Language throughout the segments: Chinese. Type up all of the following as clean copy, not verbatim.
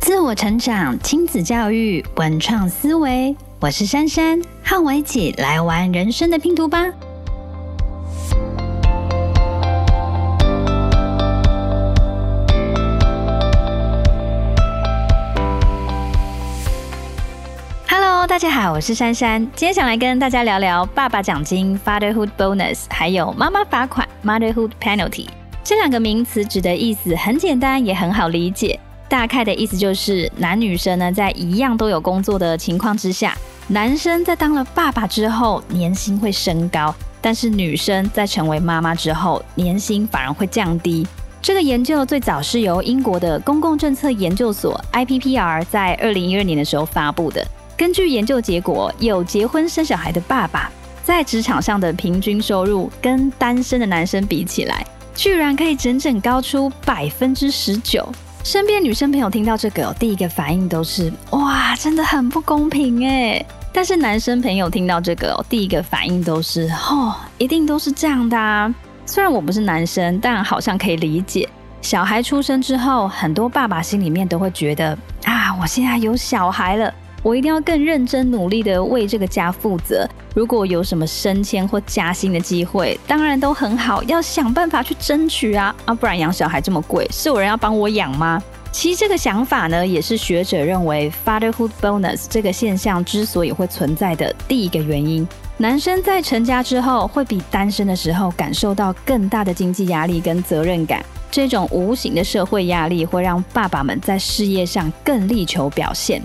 自我成长、亲子教育、文创思维，我是珊珊，和我一起来玩人生的拼图吧。Hello， 大家好，我是珊珊，今天想来跟大家聊聊爸爸奖金 Fatherhood Bonus， 还有妈妈罚款 Motherhood Penalty。这两个名词指的意思很简单，也很好理解。大概的意思就是男女生呢，在一样都有工作的情况之下，男生在当了爸爸之后年薪会升高，但是女生在成为妈妈之后年薪反而会降低。这个研究最早是由英国的公共政策研究所 IPPR 在2012年的时候发布的。根据研究结果，有结婚生小孩的爸爸在职场上的平均收入跟单身的男生比起来，居然可以整整高出 19%。身边女生朋友听到这个，第一个反应都是哇，真的很不公平耶。但是男生朋友听到这个，第一个反应都是一定都是这样的啊。虽然我不是男生，但好像可以理解。小孩出生之后，很多爸爸心里面都会觉得我现在有小孩了，我一定要更认真努力的为这个家负责。如果有什么升迁或加薪的机会，当然都很好，要想办法去争取啊，不然养小孩这么贵，是有人要帮我养吗？其实这个想法呢，也是学者认为 Fatherhood Bonus 这个现象之所以会存在的第一个原因。男生在成家之后，会比单身的时候感受到更大的经济压力跟责任感，这种无形的社会压力会让爸爸们在事业上更力求表现。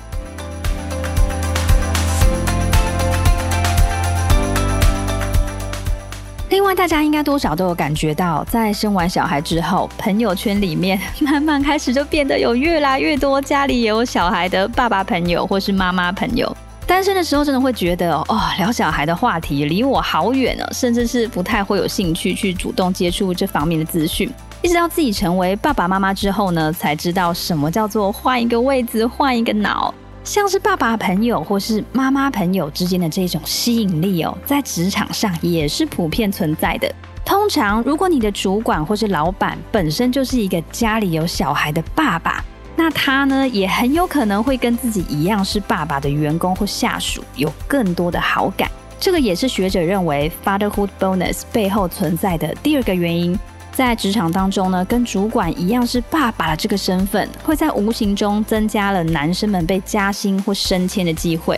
另外，大家应该多少都有感觉到，在生完小孩之后，朋友圈里面慢慢开始就变得有越来越多家里也有小孩的爸爸朋友或是妈妈朋友。单身的时候真的会觉得聊小孩的话题离我好远甚至是不太会有兴趣去主动接触这方面的资讯。一直到自己成为爸爸妈妈之后呢，才知道什么叫做换一个位置换一个脑。像是爸爸朋友或是妈妈朋友之间的这种吸引力在职场上也是普遍存在的。通常如果你的主管或是老板本身就是一个家里有小孩的爸爸，那他呢也很有可能会跟自己一样是爸爸的员工或下属有更多的好感。这个也是学者认为 Fatherhood Bonus 背后存在的第二个原因。在职场当中呢，跟主管一样是爸爸的这个身份，会在无形中增加了男生们被加薪或升迁的机会。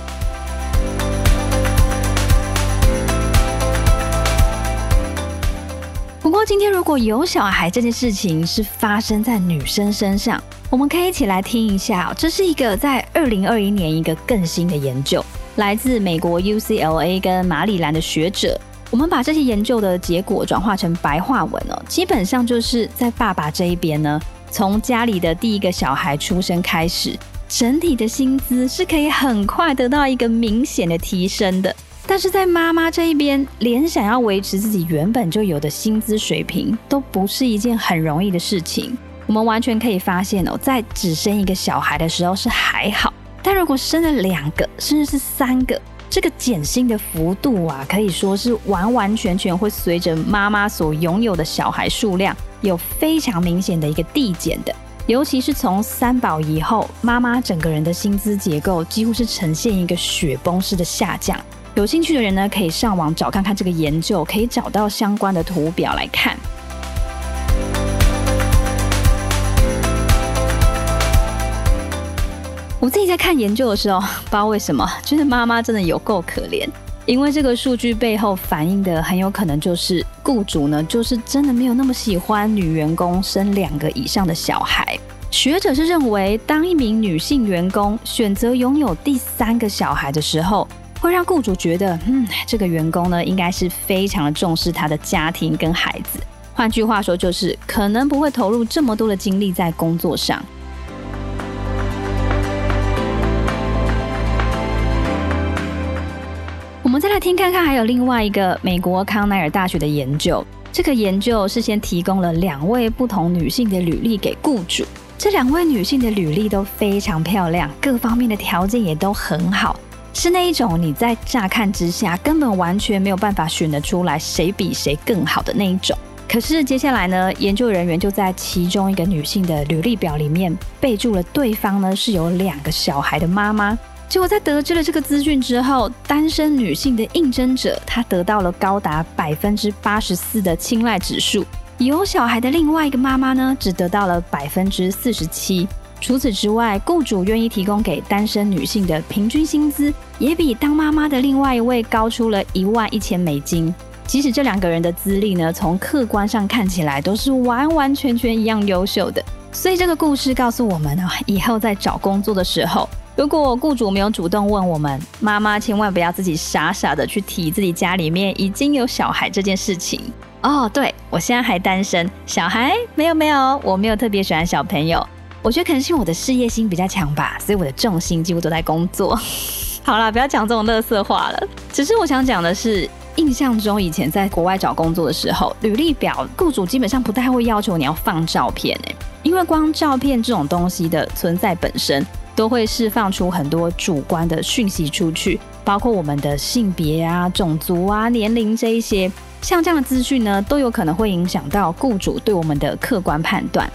不过今天如果有小孩这件事情是发生在女生身上，我们可以一起来听一下这是一个在2021年一个更新的研究，来自美国 UCLA 跟马里兰的学者。我们把这些研究的结果转化成白话文基本上就是在爸爸这一边呢，从家里的第一个小孩出生开始，整体的薪资是可以很快得到一个明显的提升的。但是在妈妈这一边，连想要维持自己原本就有的薪资水平都不是一件很容易的事情。我们完全可以发现在只生一个小孩的时候是还好，但如果生了2个甚至是3个，这个减薪的幅度可以说是完完全全会随着妈妈所拥有的小孩数量有非常明显的一个递减的。尤其是从3宝以后，妈妈整个人的薪资结构几乎是呈现一个雪崩式的下降。有兴趣的人呢，可以上网找看看这个研究，可以找到相关的图表来看。我自己在看研究的时候，不知道为什么觉得妈妈真的有够可怜，因为这个数据背后反映的很有可能就是雇主呢，就是真的没有那么喜欢女员工生2个以上的小孩。学者是认为，当一名女性员工选择拥有第3个小孩的时候，会让雇主觉得这个员工呢应该是非常的重视她的家庭跟孩子。换句话说，就是可能不会投入这么多的精力在工作上。我们再来听看看，还有另外一个美国康奈尔大学的研究。这个研究是先提供了2位不同女性的履历给雇主，这2位女性的履历都非常漂亮，各方面的条件也都很好，是那一种你在乍看之下根本完全没有办法选得出来谁比谁更好的那一种。 可是接下来呢，研究人员就在其中一个女性的履历表里面备注了对方呢是有2个小孩的妈妈。结果在得知了这个资讯之后，单身女性的应征者她得到了高达84%的青睐指数，有小孩的另外一个妈妈呢只得到了47%。除此之外，雇主愿意提供给单身女性的平均薪资也比当妈妈的另外一位高出了$11,000。即使这2个人的资历呢，从客观上看起来都是完完全全一样优秀的。所以这个故事告诉我们以后在找工作的时候，如果雇主没有主动问我们，妈妈千万不要自己傻傻的去提自己家里面已经有小孩这件事情。对，我现在还单身，小孩没有，我没有特别喜欢小朋友。我觉得可能是因为我的事业心比较强吧，所以我的重心几乎都在工作。好啦，不要讲这种垃圾话了。只是我想讲的是，印象中以前在国外找工作的时候，履历表雇主基本上不太会要求你要放照片因为光照片这种东西的存在本身都会释放出很多主观的讯息出去，包括我们的性别啊、种族啊、年龄这一些，像这样的资讯呢，都有可能会影响到雇主对我们的客观判断。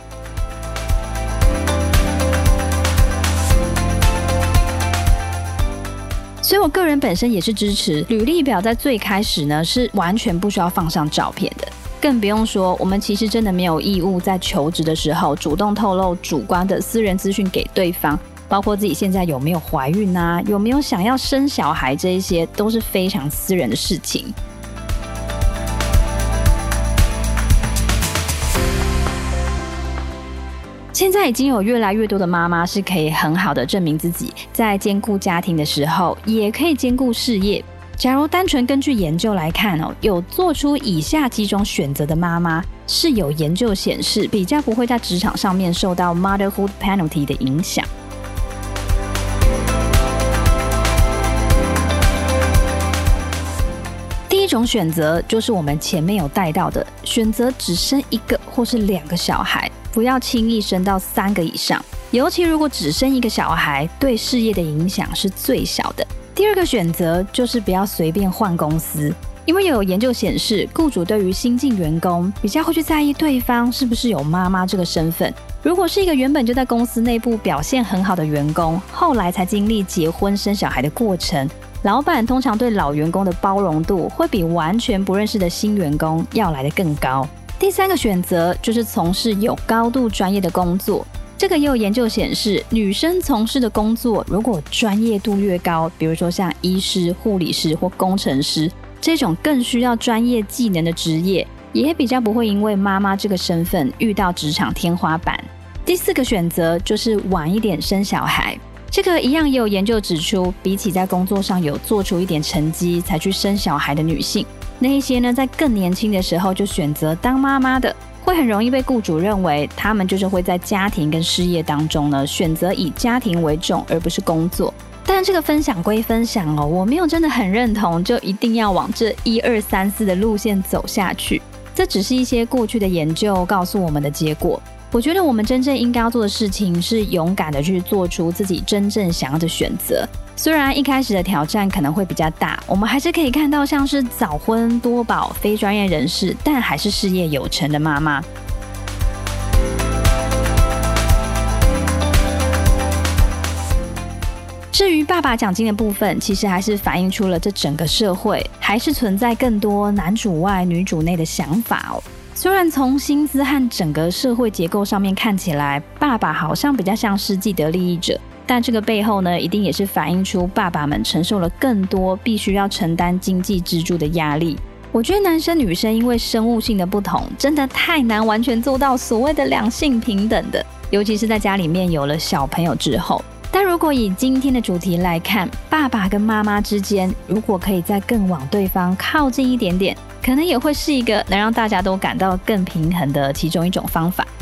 所以我个人本身也是支持履历表在最开始呢是完全不需要放上照片的，更不用说我们其实真的没有义务在求职的时候主动透露主观的私人资讯给对方，包括自己现在有没有怀孕啊，有没有想要生小孩，这一些都是非常私人的事情。现在已经有越来越多的妈妈是可以很好的证明自己在兼顾家庭的时候也可以兼顾事业。假如单纯根据研究来看有做出以下几种选择的妈妈是有研究显示比较不会在职场上面受到 motherhood penalty 的影响。第一种选择就是我们前面有带到的，选择只生1个或是2个小孩，不要轻易生到3个以上，尤其如果只生1个小孩，对事业的影响是最小的。第二个选择就是不要随便换公司，因为有研究显示，雇主对于新进员工比较会去在意对方是不是有妈妈这个身份。如果是一个原本就在公司内部表现很好的员工，后来才经历结婚生小孩的过程，老板通常对老员工的包容度会比完全不认识的新员工要来得更高。第三个选择就是从事有高度专业的工作，这个也有研究显示，女生从事的工作如果专业度越高，比如说像医师、护理师或工程师这种更需要专业技能的职业，也比较不会因为妈妈这个身份遇到职场天花板。第四个选择就是晚一点生小孩，这个一样也有研究指出，比起在工作上有做出一点成绩才去生小孩的女性，那一些呢在更年轻的时候就选择当妈妈的，会很容易被雇主认为他们就是会在家庭跟事业当中呢选择以家庭为重而不是工作。但这个分享归分享我没有真的很认同就一定要往这1、2、3、4的路线走下去，这只是一些过去的研究告诉我们的结果。我觉得我们真正应该要做的事情是勇敢的去做出自己真正想要的选择。虽然一开始的挑战可能会比较大，我们还是可以看到像是早婚、多宝、非专业人士但还是事业有成的妈妈。至于爸爸奖金的部分，其实还是反映出了这整个社会还是存在更多男主外女主内的想法虽然从薪资和整个社会结构上面看起来，爸爸好像比较像是既得利益者，但这个背后呢，一定也是反映出爸爸们承受了更多必须要承担经济支柱的压力。我觉得男生女生因为生物性的不同，真的太难完全做到所谓的两性平等的，尤其是在家里面有了小朋友之后。但如果以今天的主题来看，爸爸跟妈妈之间如果可以再更往对方靠近一点点，可能也会是一个能让大家都感到更平衡的其中一种方法。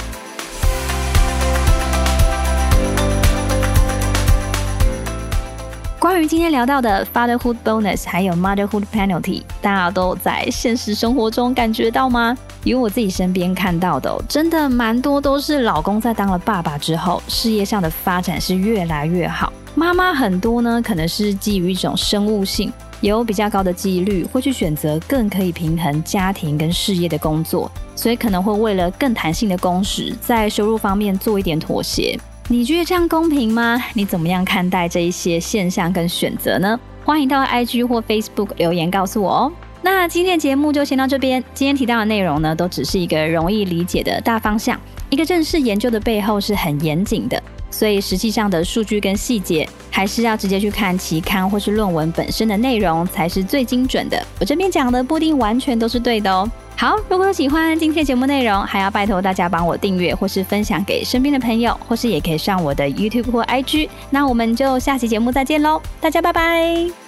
关于今天聊到的 fatherhood bonus 还有 motherhood penalty， 大家都在现实生活中感觉到吗？以我自己身边看到的真的蛮多都是老公在当了爸爸之后，事业上的发展是越来越好。妈妈很多呢，可能是基于一种生物性， 有比较高的几率会去选择更可以平衡家庭跟事业的工作，所以可能会为了更弹性的工时，在收入方面做一点妥协。你觉得这样公平吗？你怎么样看待这一些现象跟选择呢？欢迎到 IG 或 Facebook 留言告诉我哦。那今天的节目就先到这边，今天提到的内容呢，都只是一个容易理解的大方向，一个正式研究的背后是很严谨的，所以实际上的数据跟细节还是要直接去看期刊或是论文本身的内容才是最精准的。我这边讲的不一定完全都是对的哦。好，如果喜欢今天节目内容，还要拜托大家帮我订阅或是分享给身边的朋友，或是也可以上我的 YouTube 或 IG。那我们就下期节目再见咯，大家拜拜。